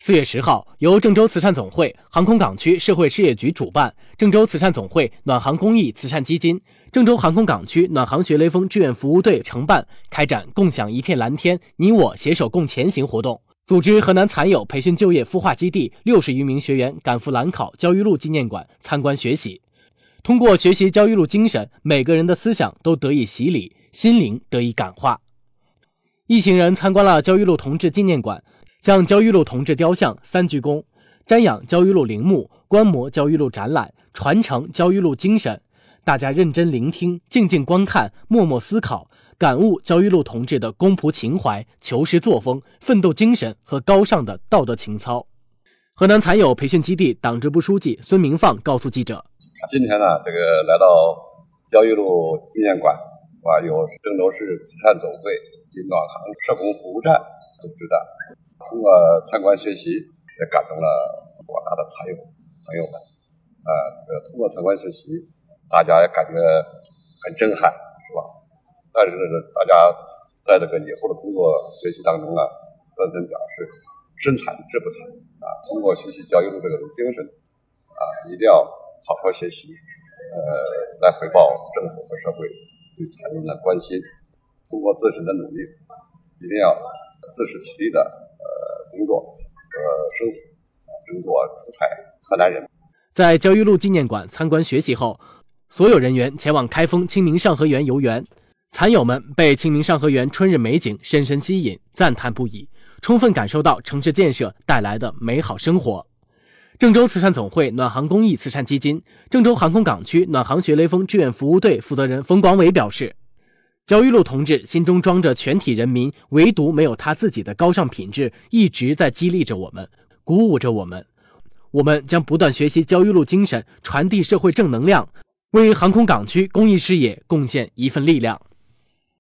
4月10号，由郑州慈善总会、航空港区社会事业局主办，郑州慈善总会暖航公益慈善基金、郑州航空港区暖航学雷锋志愿服务队承办，开展共享一片蓝天，你我携手共前行活动，组织河南残友培训就业孵化基地60余名学员赶赴兰考焦裕禄纪念馆参观学习。通过学习焦裕禄精神，每个人的思想都得以洗礼，心灵得以感化。一行人参观了焦裕禄同志纪念馆，向焦裕禄同志雕像3鞠躬，瞻仰焦裕禄陵墓，观摩焦裕禄展览，传承焦裕禄精神。大家认真聆听，静静观看，默默思考，感悟焦裕禄同志的公仆情怀、求实作风、奋斗精神和高尚的道德情操。河南残友培训基地党支部书记孙明放告诉记者： 今天呢，来到焦裕禄纪念馆，由郑州市慈善总会及暖航社工服务站组织的。通过参观学习，也感动了广大的残友朋友们。通过参观学习，大家也感觉很震撼，是吧？但是大家在以后的工作学习当中呢，纷纷表示身残志不残通过学习焦裕禄这种精神一定要好好学习，来回报政府和社会对残疾人的关心。通过自身的努力，一定要自食其力的工作和生活，争夺出彩河南人。 在焦裕禄纪念馆参观学习后，所有人员前往开封清明上河园游园。残友们被清明上河园春日美景深深吸引，赞叹不已，充分感受到城市建设带来的美好生活。郑州慈善总会暖航公益慈善基金、郑州航空港区暖航学雷锋志愿服务队负责人冯广伟表示，焦裕禄同志心中装着全体人民，唯独没有他自己的高尚品质，一直在激励着我们，鼓舞着我们。我们将不断学习焦裕禄精神，传递社会正能量，为航空港区公益事业贡献一份力量。